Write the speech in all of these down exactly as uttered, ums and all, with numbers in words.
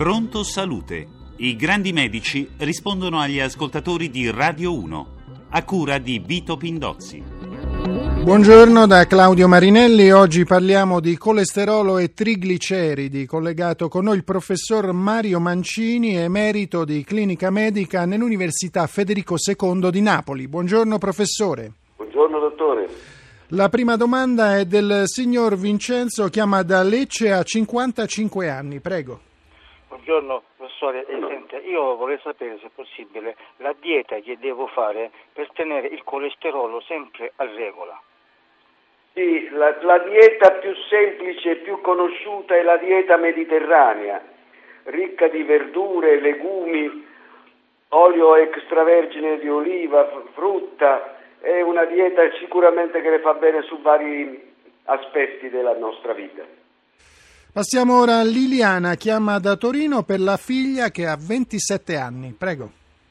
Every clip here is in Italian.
Pronto Salute. I grandi medici rispondono agli ascoltatori di Radio uno, a cura di Vito Pindozzi. Buongiorno da Claudio Marinelli. Oggi parliamo di colesterolo e trigliceridi. Collegato con noi il professor Mario Mancini, emerito di clinica medica nell'Università Federico secondo di Napoli. Buongiorno professore. Buongiorno dottore. La prima domanda è del signor Vincenzo, chiama da Lecce, a cinquantacinque anni, prego. Buongiorno professore, eh, senta, io vorrei sapere se è possibile la dieta che devo fare per tenere il colesterolo sempre a regola. Sì, la, la dieta più semplice e più conosciuta è la dieta mediterranea, ricca di verdure, legumi, olio extravergine di oliva, frutta. È una dieta sicuramente che le fa bene su vari aspetti della nostra vita. Passiamo ora a Liliana, chiama da Torino per la figlia che ha ventisette anni. Prego.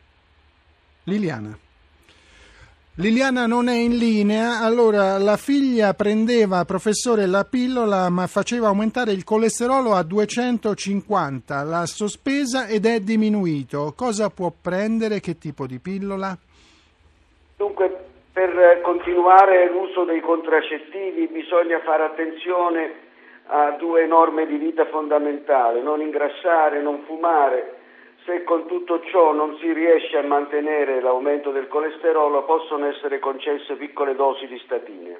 Liliana. Liliana non è in linea. Allora, la figlia prendeva, professore, la pillola, ma faceva aumentare il colesterolo a duecentocinquanta. L'ha sospesa ed è diminuito. Cosa può prendere? Che tipo di pillola? Dunque, per continuare l'uso dei contraccettivi bisogna fare attenzione a due norme di vita fondamentali: non ingrassare, non fumare. Se con tutto ciò non si riesce a mantenere l'aumento del colesterolo, possono essere concesse piccole dosi di statine.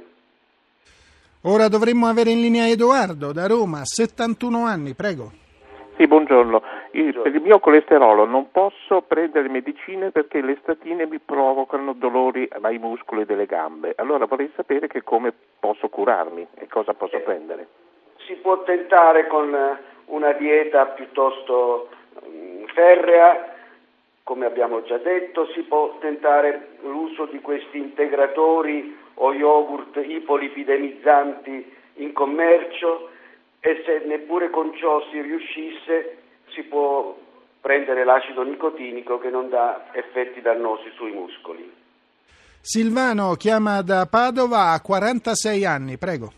Ora dovremmo avere in linea Edoardo da Roma, settantuno anni, prego. Sì, buongiorno. Io, per il mio colesterolo non posso prendere medicine perché le statine mi provocano dolori ai muscoli delle gambe. Allora vorrei sapere che come posso curarmi e cosa posso eh, prendere. Si può tentare con una dieta piuttosto um, ferrea, come abbiamo già detto. Si può tentare l'uso di questi integratori o yogurt ipolipidemizzanti in commercio, e se neppure con ciò si riuscisse si può prendere l'acido nicotinico, che non dà effetti dannosi sui muscoli. Silvano chiama da Padova, a quarantasei anni, prego.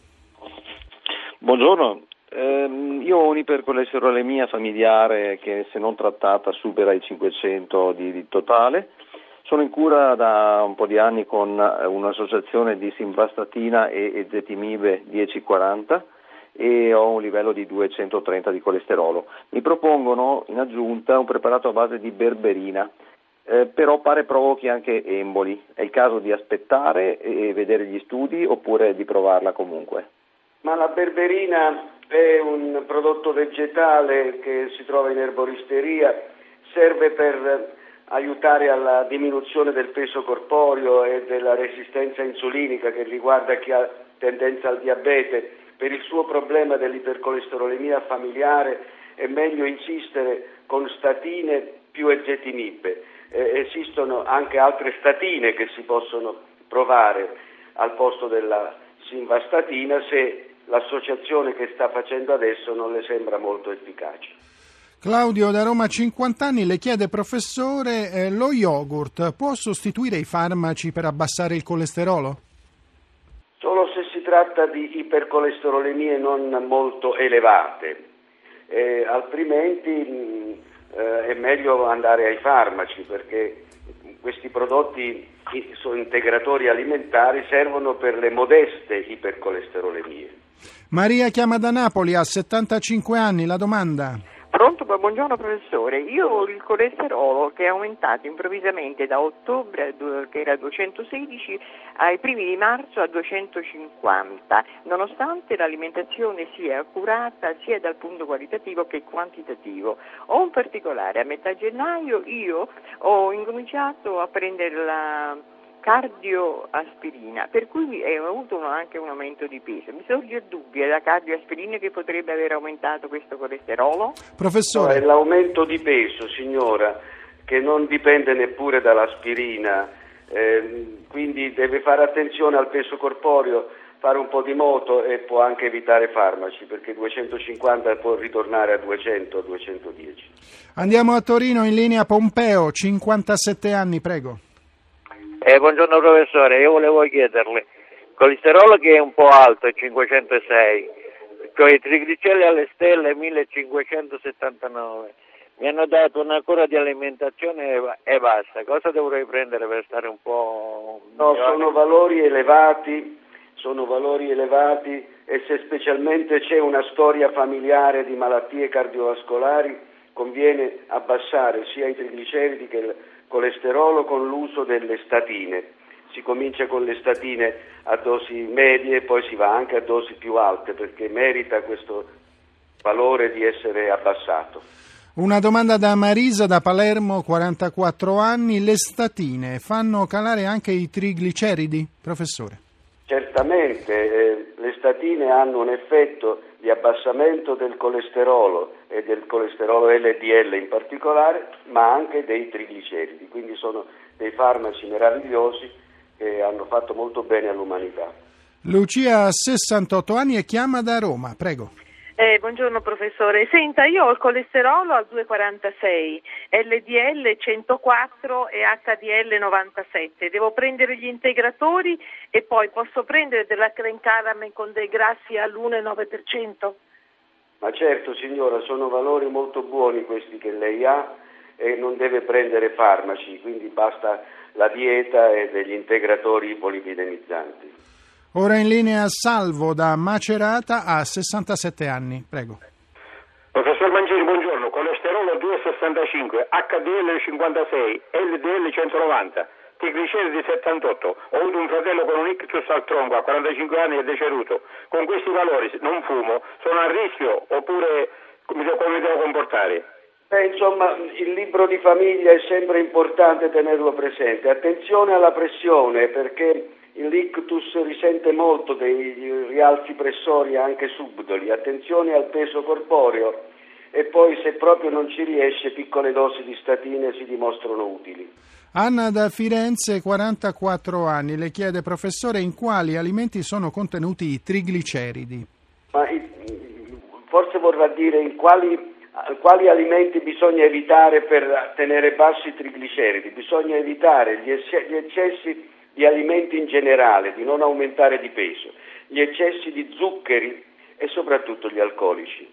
Buongiorno, ehm, io ho un'ipercolesterolemia familiare che, se non trattata, supera i cinquecento di, di totale. Sono in cura da un po' di anni con un'associazione di simvastatina e ezetimibe dieci quaranta e ho un livello di duecentotrenta di colesterolo. Mi propongono in aggiunta un preparato a base di berberina, eh, però pare provochi anche emboli. È il caso di aspettare e vedere gli studi oppure di provarla comunque? Ma la berberina è un prodotto vegetale che si trova in erboristeria, serve per aiutare alla diminuzione del peso corporeo e della resistenza insulinica che riguarda chi ha tendenza al diabete. Per il suo problema dell'ipercolesterolemia familiare è meglio insistere con statine più ezetimibe. Eh, esistono anche altre statine che si possono provare al posto della simvastatina se l'associazione che sta facendo adesso non le sembra molto efficace. Claudio da Roma, cinquanta anni, le chiede, professore, eh, lo yogurt può sostituire i farmaci per abbassare il colesterolo? Solo se si tratta di ipercolesterolemie non molto elevate, eh, altrimenti mh, eh, è meglio andare ai farmaci, perché questi prodotti sono integratori alimentari, servono per le modeste ipercolesterolemie. Maria chiama da Napoli, ha settantacinque anni, la domanda. Pronto, buongiorno professore. Io ho il colesterolo che è aumentato improvvisamente da ottobre, che era duecentosedici, ai primi di marzo a duecentocinquanta, nonostante l'alimentazione sia accurata sia dal punto qualitativo che quantitativo. Ho un particolare: a metà gennaio io ho incominciato a prendere la cardioaspirina, per cui ho avuto anche un aumento di peso. Mi sorge il dubbio, è la cardioaspirina che potrebbe aver aumentato questo colesterolo? Professore. No, è l'aumento di peso, signora, che non dipende neppure dall'aspirina, eh, quindi deve fare attenzione al peso corporeo, fare un po' di moto e può anche evitare farmaci, perché duecentocinquanta può ritornare a duecento, a duecentodieci. Andiamo a Torino, in linea Pompeo, cinquantasette anni, prego. Eh, buongiorno professore, io volevo chiederle, colesterolo che è un po' alto, è cinquecentosei, ho i trigliceridi alle stelle millecinquecentosettantanove. Mi hanno dato una cura di alimentazione e basta. Cosa dovrei prendere per stare un po'... No, sono valori elevati, sono valori elevati e se specialmente c'è una storia familiare di malattie cardiovascolari conviene abbassare sia i trigliceridi che il colesterolo con l'uso delle statine. Si comincia con le statine a dosi medie e poi si va anche a dosi più alte perché merita questo valore di essere abbassato. Una domanda da Marisa da Palermo, quarantaquattro anni. Le statine fanno calare anche i trigliceridi, professore? Certamente, eh, le statine hanno un effetto di abbassamento del colesterolo e del colesterolo L D L in particolare, ma anche dei trigliceridi, quindi sono dei farmaci meravigliosi che hanno fatto molto bene all'umanità. Lucia ha sessantotto anni e chiama da Roma, prego. Eh, buongiorno professore, senta, io ho il colesterolo a due virgola quarantasei, L D L centoquattro e H D L novantasette, devo prendere gli integratori e poi posso prendere della creme caramel con dei grassi all'uno virgola nove per cento? Ma certo signora, sono valori molto buoni questi che lei ha e non deve prendere farmaci, quindi basta la dieta e degli integratori polipidemizzanti. Ora in linea Salvo da Macerata, a sessantasette anni, prego. Professor Mangini, buongiorno. Colesterolo due virgola sessantacinque, H D L cinquantasei, L D L centonovanta, trigliceridi settantotto. Ho avuto un fratello con un ictus al tronco, a quarantacinque anni è deceduto. Con questi valori non fumo, sono a rischio oppure come devo, come devo comportare? Beh, insomma, il libro di famiglia è sempre importante tenerlo presente. Attenzione alla pressione perché l'ictus risente molto dei rialzi pressori anche subdoli, attenzione al peso corporeo e poi se proprio non ci riesce piccole dosi di statine si dimostrano utili. Anna da Firenze, quarantaquattro anni, le chiede professore in quali alimenti sono contenuti i trigliceridi? Ma forse vorrà dire in quali, quali alimenti bisogna evitare per tenere bassi i trigliceridi, bisogna evitare gli, ecce- gli eccessi di alimenti in generale, di non aumentare di peso, gli eccessi di zuccheri e soprattutto gli alcolici.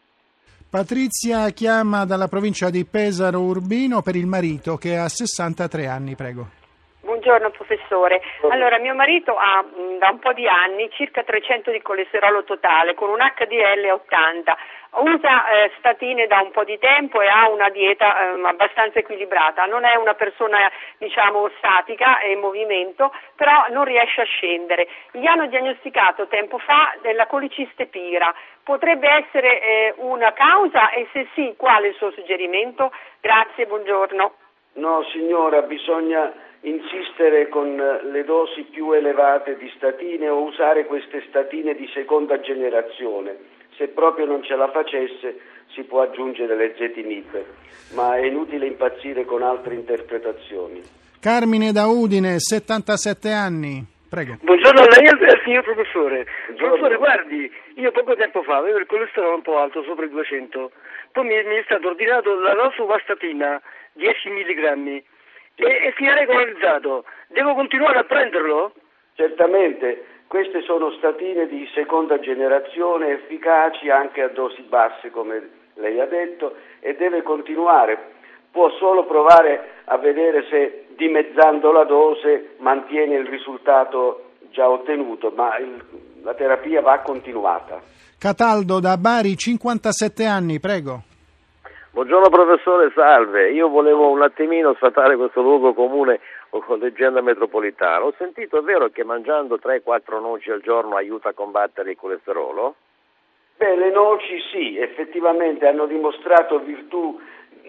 Patrizia chiama dalla provincia di Pesaro Urbino per il marito che ha sessantatré anni, prego. Buongiorno professore. Allora, mio marito ha mh, da un po' di anni circa trecento di colesterolo totale con un H D L ottanta. Usa eh, statine da un po' di tempo e ha una dieta eh, abbastanza equilibrata. Non è una persona, diciamo, statica e in movimento, però non riesce a scendere. Gli hanno diagnosticato tempo fa della coliciste pira. Potrebbe essere eh, una causa e se sì, quale è il suo suggerimento? Grazie, buongiorno. No signora, bisogna insistere con le dosi più elevate di statine o usare queste statine di seconda generazione. Se proprio non ce la facesse si può aggiungere l'ezetimibe, ma è inutile impazzire con altre interpretazioni. Carmine da Udine, settantasette anni, prego. Buongiorno a lei e al signor professore. Buongiorno. Professore, guardi, io poco tempo fa avevo il colesterolo un po' alto, sopra i duecento, poi mi, mi è stato ordinato la rosuvastatina, dieci milligrammi, e, e si è regolarizzato. Devo continuare a prenderlo? Certamente. Queste sono statine di seconda generazione, efficaci anche a dosi basse, come lei ha detto, e deve continuare. Può solo provare a vedere se dimezzando la dose mantiene il risultato già ottenuto, ma il, la terapia va continuata. Cataldo da Bari, cinquantasette anni, prego. Buongiorno professore, salve. Io volevo un attimino sfatare questo luogo comune con leggenda metropolitana. Ho sentito, è vero, che mangiando tre quattro noci al giorno aiuta a combattere il colesterolo? Beh, le noci sì, effettivamente hanno dimostrato virtù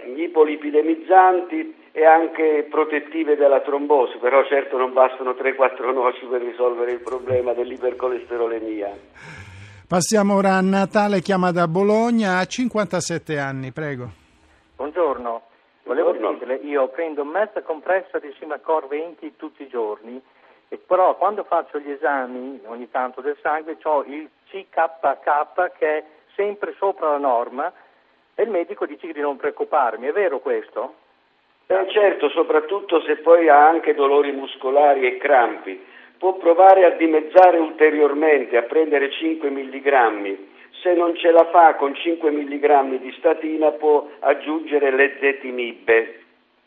ipolipidemizzanti e anche protettive della trombosi, però certo non bastano tre quattro noci per risolvere il problema dell'ipercolesterolemia. Passiamo ora a Natale, chiama da Bologna, ha cinquantasette anni, prego. Buongiorno, volevo dirle, io prendo mezza compressa di Simacor venti tutti i giorni, e però quando faccio gli esami ogni tanto del sangue ho il C K K che è sempre sopra la norma e il medico dice di non preoccuparmi, è vero questo? Eh, certo, soprattutto se poi ha anche dolori muscolari e crampi. Può provare a dimezzare ulteriormente, a prendere cinque milligrammi. se non ce la fa con cinque milligrammi di statina può aggiungere l'ezetimibe.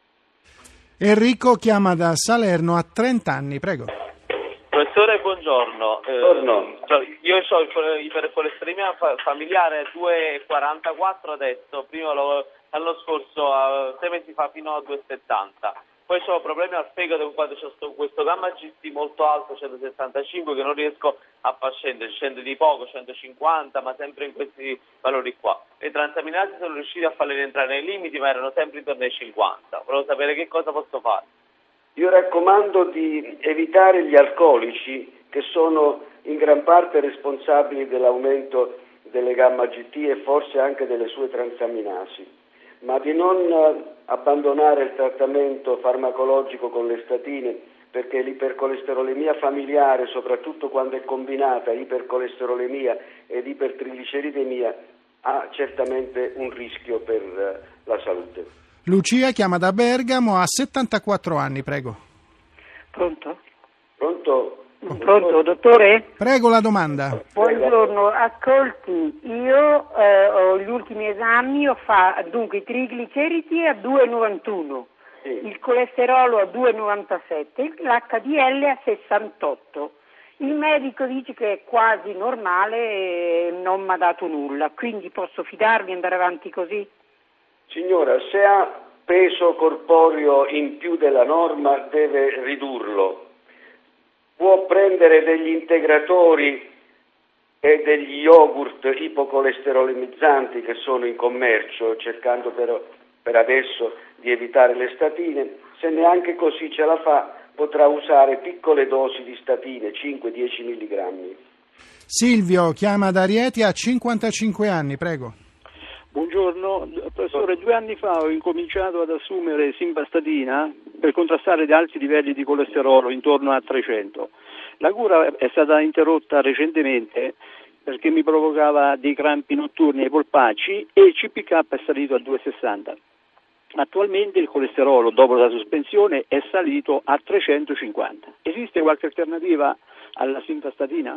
Enrico chiama da Salerno, a trenta anni, prego. Professore, buongiorno. Buongiorno. Eh, io ho ipercolesterolemia familiare due virgola quarantaquattro adesso, prima lo, l'anno scorso, a, sei mesi fa, fino a due virgola settanta. Poi ho problemi al fegato quando c'è questo gamma G T molto alto, centosettantacinque, che non riesco a far scendere, scende di poco, centocinquanta, ma sempre in questi valori qua. Le transaminasi sono riusciti a farle rientrare nei limiti, ma erano sempre intorno ai cinquanta. Volevo sapere che cosa posso fare. Io raccomando di evitare gli alcolici, che sono in gran parte responsabili dell'aumento delle gamma G T e forse anche delle sue transaminasi, ma di non abbandonare il trattamento farmacologico con le statine, perché l'ipercolesterolemia familiare, soprattutto quando è combinata ipercolesterolemia ed ipertrigliceridemia, ha certamente un rischio per la salute. Lucia chiama da Bergamo, ha settantaquattro anni, prego. Pronto? Pronto? Pronto, dottore? Prego, la domanda. Buongiorno, ascolti, io eh, ho gli ultimi esami, ho fa, dunque i trigliceridi a due virgola novantuno, sì. Il colesterolo a due virgola novantasette, l'H D L a sessantotto. Il medico dice che è quasi normale e non mi ha dato nulla, quindi posso fidarmi e andare avanti così? Signora, se ha peso corporeo in più della norma deve ridurlo. Può prendere degli integratori e degli yogurt ipocolesterolemizzanti che sono in commercio, cercando però per adesso di evitare le statine. Se neanche così ce la fa, potrà usare piccole dosi di statine, cinque dieci milligrammi. Silvio chiama da Rieti, ha cinquantacinque anni, prego. Buongiorno, professore, due anni fa ho incominciato ad assumere simvastatina per contrastare gli alti livelli di colesterolo intorno a trecento. La cura è stata interrotta recentemente perché mi provocava dei crampi notturni ai polpacci e il C P K è salito a due virgola sessanta. Attualmente il colesterolo dopo la sospensione è salito a trecentocinquanta. Esiste qualche alternativa alla simvastatina?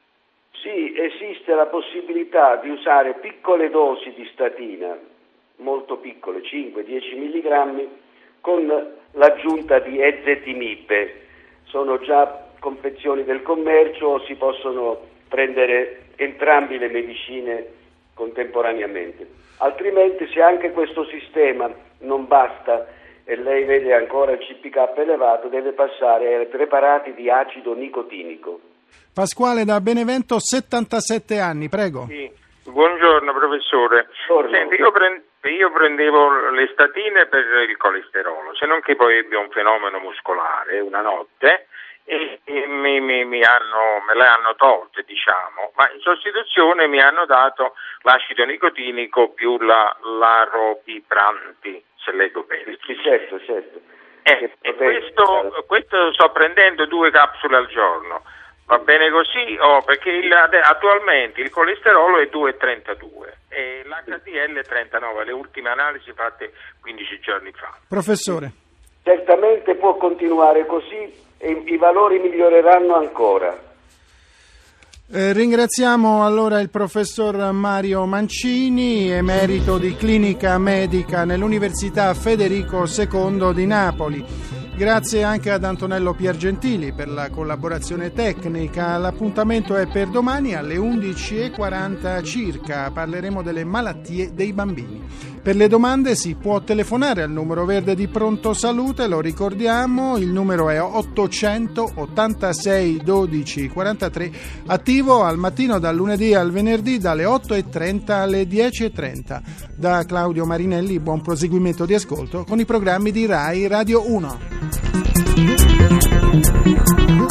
Sì, esiste la possibilità di usare piccole dosi di statina, molto piccole, cinque dieci milligrammi, con l'aggiunta di ezetimibe. Sono già confezioni del commercio, si possono prendere entrambi le medicine contemporaneamente. Altrimenti, se anche questo sistema non basta e lei vede ancora il C P K elevato, deve passare ai preparati di acido nicotinico. Pasquale da Benevento, settantasette anni, prego. Sì. Buongiorno professore. Senti, io, prend- io prendevo le statine per il colesterolo, se non che poi ebbi un fenomeno muscolare una notte e, e mi, mi, mi hanno, me le hanno tolte, diciamo, ma in sostituzione mi hanno dato l'acido nicotinico più la, l'aropipranti, se leggo bene. Sì, certo, certo. Eh, e questo, questo sto prendendo due capsule al giorno. Va bene così? Oh, perché il, attualmente il colesterolo è due virgola trentadue e l'H D L è trentanove, le ultime analisi fatte quindici giorni fa. Professore. Certamente può continuare così e i valori miglioreranno ancora. Eh, ringraziamo allora il professor Mario Mancini, emerito di clinica medica nell'Università Federico secondo di Napoli. Grazie anche ad Antonello Piergentili per la collaborazione tecnica. L'appuntamento è per domani alle undici e quaranta circa. Parleremo delle malattie dei bambini. Per le domande si può telefonare al numero verde di Pronto Salute, lo ricordiamo, il numero è ottocentottantasei dodici quarantatré, attivo al mattino dal lunedì al venerdì dalle otto e trenta alle dieci e trenta. Da Claudio Marinelli, buon proseguimento di ascolto con i programmi di Rai Radio uno.